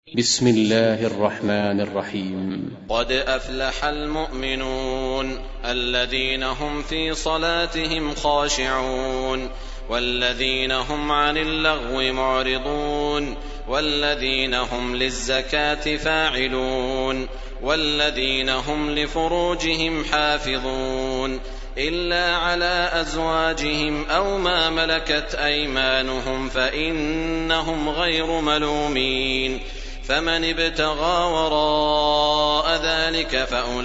بسم الله الرحمن الرحيم. قد أفلح المؤمنون الذين هم في صلاتهم خاشعون والذين هم عن اللغو معرضون والذين هم للزكاة فاعلون والذين هم لفروجهم حافظون إلا على أزواجهم أو ما ملكت أيمانهم فإنهم غير ملومين، فمن ابتغى وراء ذلك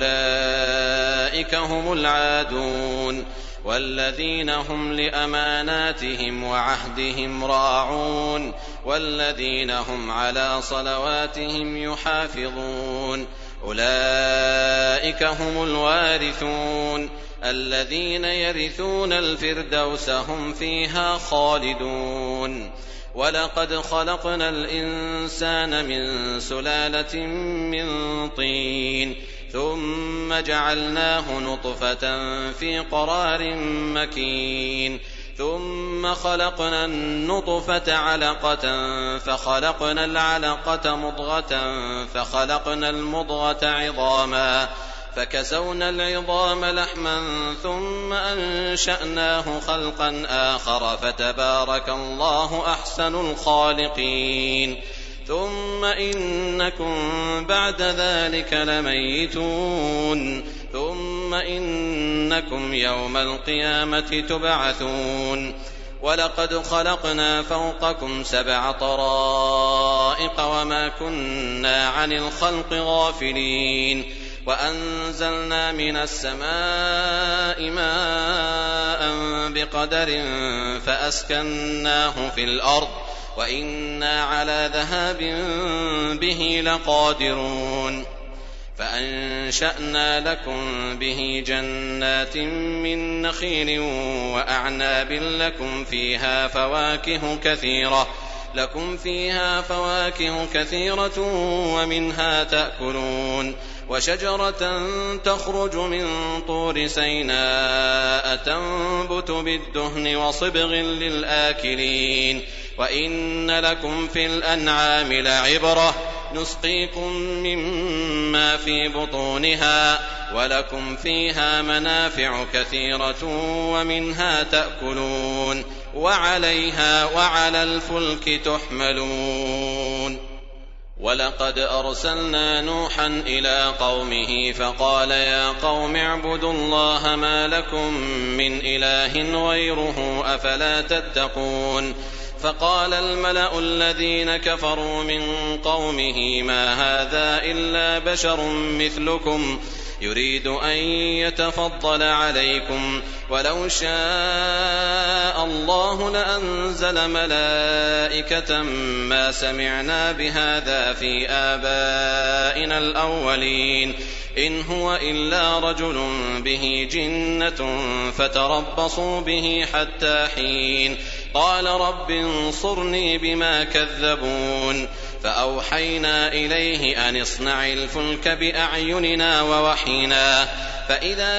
فأولئك هم العادون. والذين هم لأماناتهم وعهدهم راعون والذين هم على صلواتهم يحافظون أولئك هم الوارثون الذين يرثون الفردوس هم فيها خالدون. ولقد خلقنا الإنسان من سلالة من طين ثم جعلناه نطفة في قرار مكين ثم خلقنا النطفة علقة فخلقنا العلقة مضغة فخلقنا المضغة عظاما فكسونا العظام لحما ثم أنشأناه خلقا آخر فتبارك الله أحسن الخالقين. ثم إنكم بعد ذلك لميتون ثم إنكم يوم القيامة تبعثون. ولقد خلقنا فوقكم 7 طرائق وما كنا عن الخلق غافلين وأنزلنا من السماء ماء بقدر فأسكناه في الأرض وإنا على ذهاب به لقادرون. فأنشأنا لكم به جنات من نخيل وأعناب لكم فيها فواكه كثيرة ومنها تأكلون. وشجرة تخرج من طور سيناء تنبت بالدهن وصبغ للآكلين. وإن لكم في الأنعام لعبرة نسقيكم مما في بطونها ولكم فيها منافع كثيرة ومنها تأكلون وعليها وعلى الفلك تحملون. ولقد أرسلنا نوحا إلى قومه فقال يا قوم اعبدوا الله ما لكم من إله غيره أفلا تتقون. فقال الملأ الذين كفروا من قومه ما هذا إلا بشر مثلكم يريد أن يتفضل عليكم ولو شاء الله لأنزل ملائكة ما سمعنا بهذا في آبائنا الأولين إن هو إلا رجل به جنة فتربصوا به حتى حين. قال رب انصرني بما كذبون. فأوحينا إليه أن اصنع الفلك بأعيننا ووحينا فإذا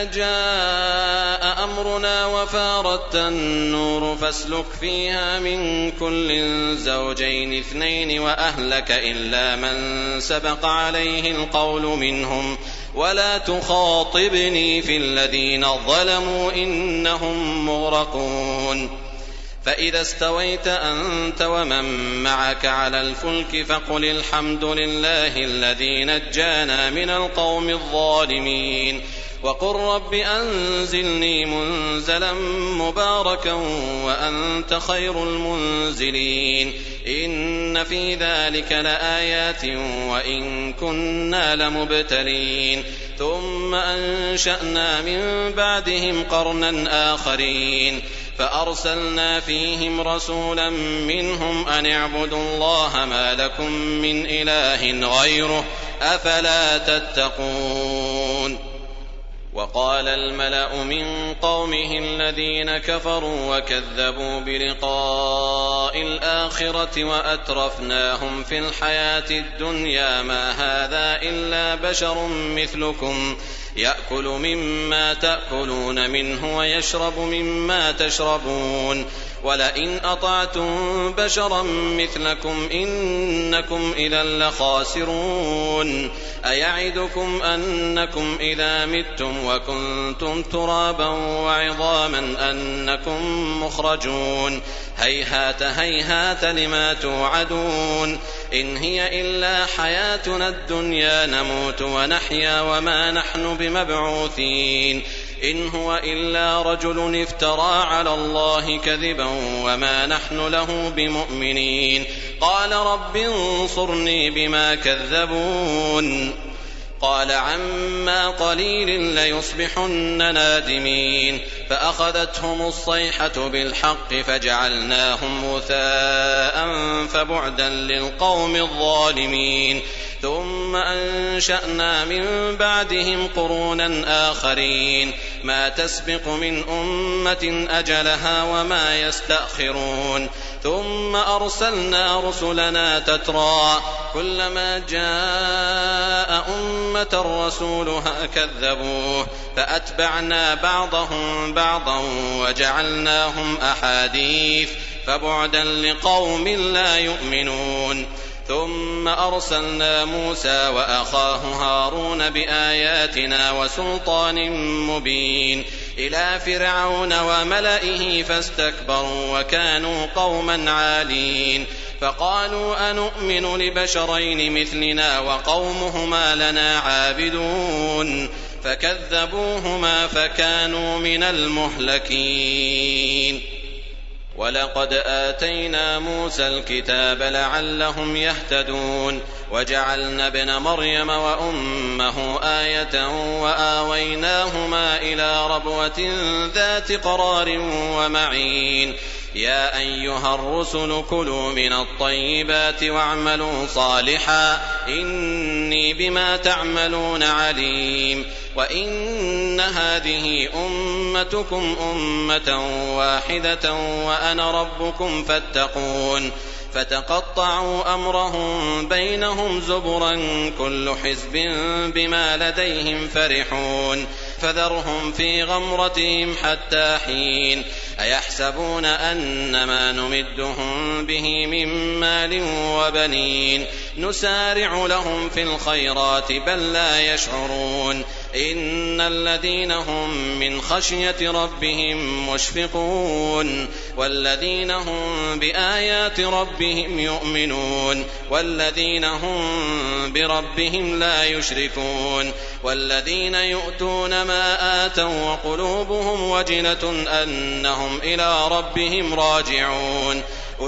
جاء أمرنا وفارت النور فاسلك فيها من كل زوجين 2 وأهلك إلا من سبق عليه القول منهم ولا تخاطبني في الذين ظلموا إنهم مغرقون. فإذا استويت أنت ومن معك على الفلك فقل الحمد لله الذي نجانا من القوم الظالمين وقل رب أنزلني منزلا مباركا وأنت خير المنزلين. إن في ذلك لآيات وإن كنا لمبتلين. ثم أنشأنا من بعدهم قرنا آخرين فأرسلنا فيهم رسولا منهم أن اعبدوا الله ما لكم من إله غيره أفلا تتقون. وقال الملأ من قومه الذين كفروا وكذبوا بلقاء الآخرة وأترفناهم في الحياة الدنيا ما هذا إلا بشر مثلكم يأكل مما تأكلون منه ويشرب مما تشربون ولئن أطعتم بشرا مثلكم إنكم إذا لخاسرون أيعدكم أنكم إذا متم وكنتم ترابا وعظاما أنكم مخرجون هيهات هيهات لما توعدون إن هي إلا حياتنا الدنيا نموت ونحيا وما نحن بمبعوثين إن هو إلا رجل افترى على الله كذبا وما نحن له بمؤمنين قال رب انصرني بما كذبون قال عما قليل ليصبحن نادمين فأخذتهم الصيحة بالحق فجعلناهم غثاء فبعدا للقوم الظالمين ثم أنشأنا من بعدهم قرونا آخرين ما تسبق من أمة أجلها وما يستأخرون ثم أرسلنا رسلنا تترى كلما جاء أمة رسولها كذبوه فأتبعنا بعضهم بعضا وجعلناهم أحاديث فبعدا لقوم لا يؤمنون ثم أرسلنا موسى وأخاه هارون بآياتنا وسلطان مبين إلى فرعون وملئه فاستكبروا وكانوا قوما عالين فقالوا أنؤمن لبشرين مثلنا وقومهما لنا عابدون فكذبوهما فكانوا من المهلكين ولقد آتينا موسى الكتاب لعلهم يهتدون وجعلنا ابن مريم وأمه آية وآويناهما إلى ربوة ذات قرار ومعين يا أيها الرسل كلوا من الطيبات واعملوا صالحا إني بما تعملون عليم وإن هذه أمتكم أمة واحدة وأنا ربكم فاتقون فتقطعوا أمرهم بينهم زبرا كل حزب بما لديهم فرحون فذرهم في غمرتهم حتى حين أيحسبون أن ما نمدهم به من مال وبنين نسارع لهم في الخيرات بل لا يشعرون إن الذين هم من خشية ربهم مشفقون والذين هم بآيات ربهم يؤمنون والذين هم بربهم لا يشركون والذين يؤتون ما آتوا وقلوبهم وجلة أنهم إلى ربهم راجعون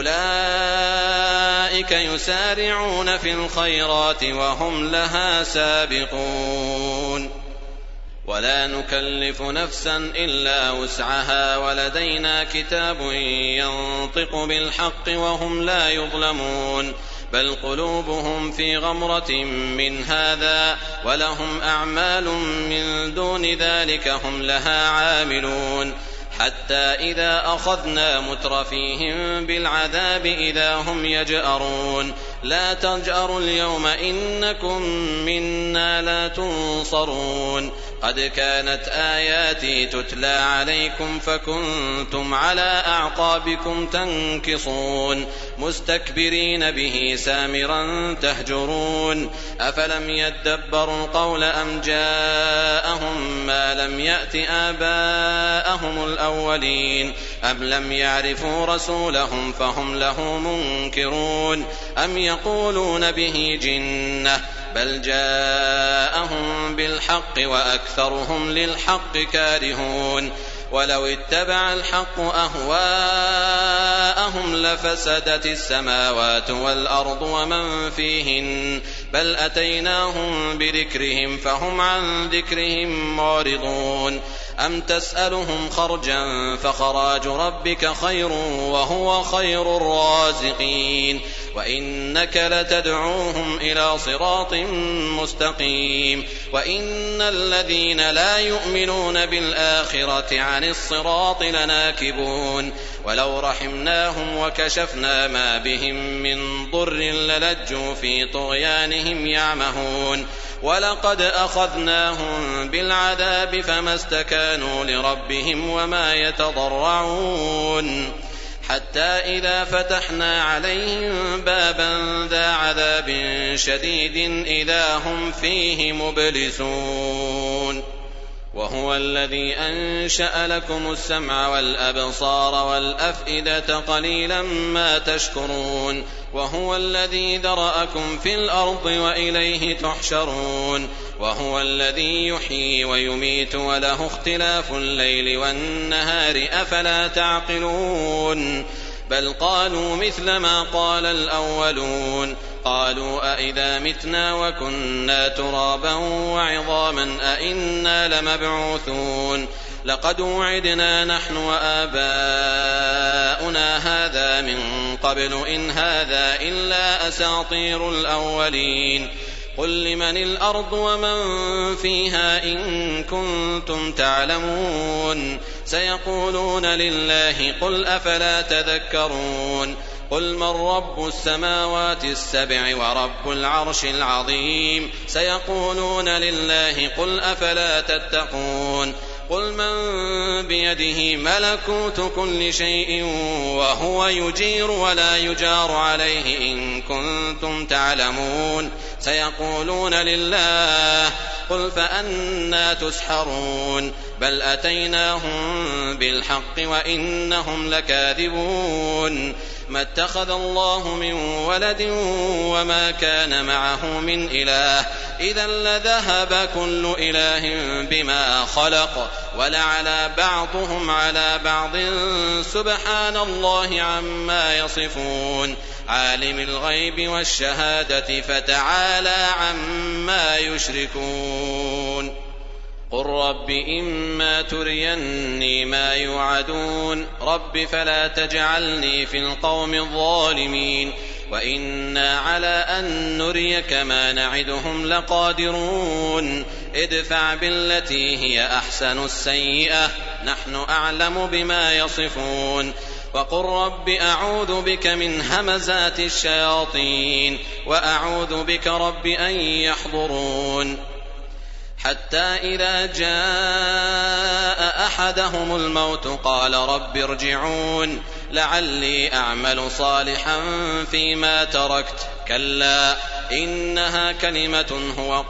أولئك يسارعون في الخيرات وهم لها سابقون ولا نكلف نفسا إلا وسعها ولدينا كتاب ينطق بالحق وهم لا يظلمون بل قلوبهم في غمرة من هذا ولهم أعمال من دون ذلك هم لها عاملون حتى إذا أخذنا مترفيهم بالعذاب إذا هم يجأرون لا تجأروا اليوم إنكم منا لا تنصرون قد كانت آياتي تتلى عليكم فكنتم على أعقابكم تنكصون مستكبرين به سامرا تهجرون أفلم يدبروا القول أم جاءهم ما لم يأت آباءهم الأولين أم لم يعرفوا رسولهم فهم له منكرون أم يقولون به جنة بل جاءهم بالحق وأكثرهم للحق كارهون ولو اتبع الحق أهواءهم لفسدت السماوات والأرض ومن فيهن بل أتيناهم بذكرهم فهم عن ذكرهم معرضون أم تسألهم خرجا فخراج ربك خير وهو خير الرازقين وإنك لتدعوهم إلى صراط مستقيم وإن الذين لا يؤمنون بالآخرة عن الصراط لناكبون ولو رحمناهم وكشفنا ما بهم من ضر للجوا في طغيانهم يعمهون ولقد أخذناهم بالعذاب فما استكانوا لربهم وما يتضرعون حتى إذا فتحنا عليهم بابا ذا عذاب شديد إذا هم فيه مبلسون وهو الذي أنشأ لكم السمع والأبصار والأفئدة قليلا ما تشكرون وهو الذي ذرأكم في الأرض وإليه تحشرون وهو الذي يحيي ويميت وله اختلاف الليل والنهار أفلا تعقلون بل قالوا مثل ما قال الأولون قالوا أئذا متنا وكنا ترابا وعظاما أئنا لمبعوثون لقد وعدنا نحن وآباؤنا هذا من قبل إن هذا إلا أساطير الأولين قل لمن الأرض ومن فيها إن كنتم تعلمون سيقولون لله قل أفلا تذكرون قل من رب السماوات السبع ورب العرش العظيم سيقولون لله قل أفلا تتقون قل من بيده ملكوت كل شيء وهو يجير ولا يجار عليه إن كنتم تعلمون سيقولون لله قل فأنى تسحرون بل أتيناهم بالحق وإنهم لكاذبون ما اتخذ الله من ولد وما كان معه من إله إذا لذهب كل إله بما خلق ولعلى بعضهم على بعض سبحان الله عما يصفون عالم الغيب والشهادة فتعالى عما يشركون قل رب إما تريني ما يوعدون رب فلا تجعلني في القوم الظالمين وإنا على أن نريك ما نعدهم لقادرون ادفع بالتي هي أحسن السيئة نحن أعلم بما يصفون وقل رب أعوذ بك من همزات الشياطين وأعوذ بك رب أن يحضرون حتى إذا جاء أحدهم الموت قال رب ارجعون لعلي أعمل صالحا فيما تركت كلا إنها كلمة هو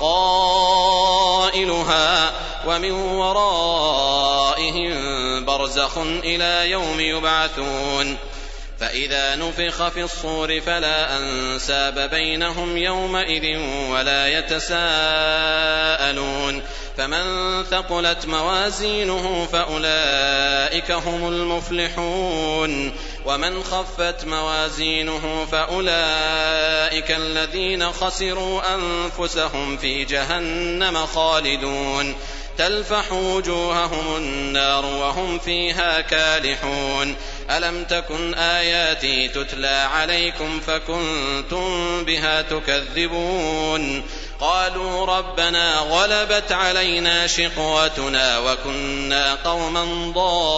قائلها ومن ورائهم برزخ إلى يوم يبعثون فإذا نفخ في الصور فلا أنساب بينهم يومئذ ولا يتساءلون فمن ثقلت موازينه فأولئك هم المفلحون ومن خفت موازينه فأولئك الذين خسروا أنفسهم في جهنم خالدون تلفح وجوههم النار وهم فيها كالحون ألم تكن آياتي تتلى عليكم فكنتم بها تكذبون قالوا ربنا غلبت علينا شقوتنا وكنا قوما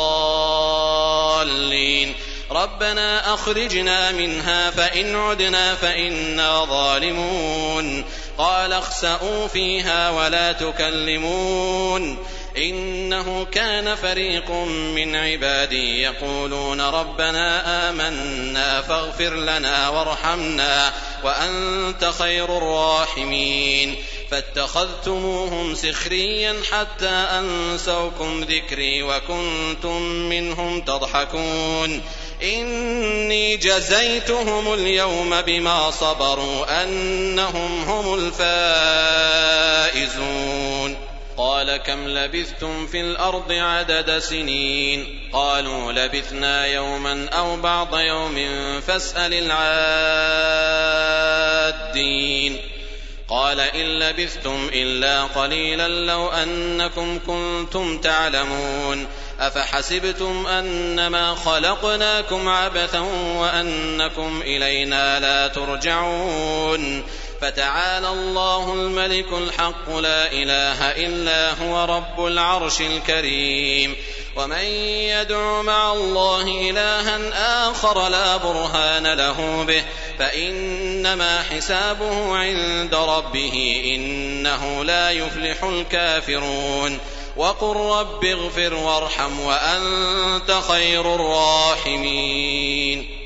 ضالين ربنا أخرجنا منها فإن عدنا فإنا ظالمون قال اخسئوا فيها ولا تكلمون إنه كان فريق من عبادي يقولون ربنا آمنا فاغفر لنا وارحمنا وأنت خير الراحمين فاتخذتموهم سخريا حتى أنسوكم ذكري وكنتم منهم تضحكون إني جزيتهم اليوم بما صبروا أنهم هم الفائزون قال كم لبثتم في الأرض عدد سنين قالوا لبثنا يوما أو بعض يوم فاسأل العادين قال إن لبثتم إلا قليلا لو أنكم كنتم تعلمون أفحسبتم أنما خلقناكم عبثا وأنكم إلينا لا ترجعون فتعالى الله الملك الحق لا إله إلا هو رب العرش الكريم ومن يدع مع الله إلها آخر لا برهان له به فإنما حسابه عند ربه إنه لا يفلح الكافرون وقل رب اغفر وارحم وأنت خير الراحمين.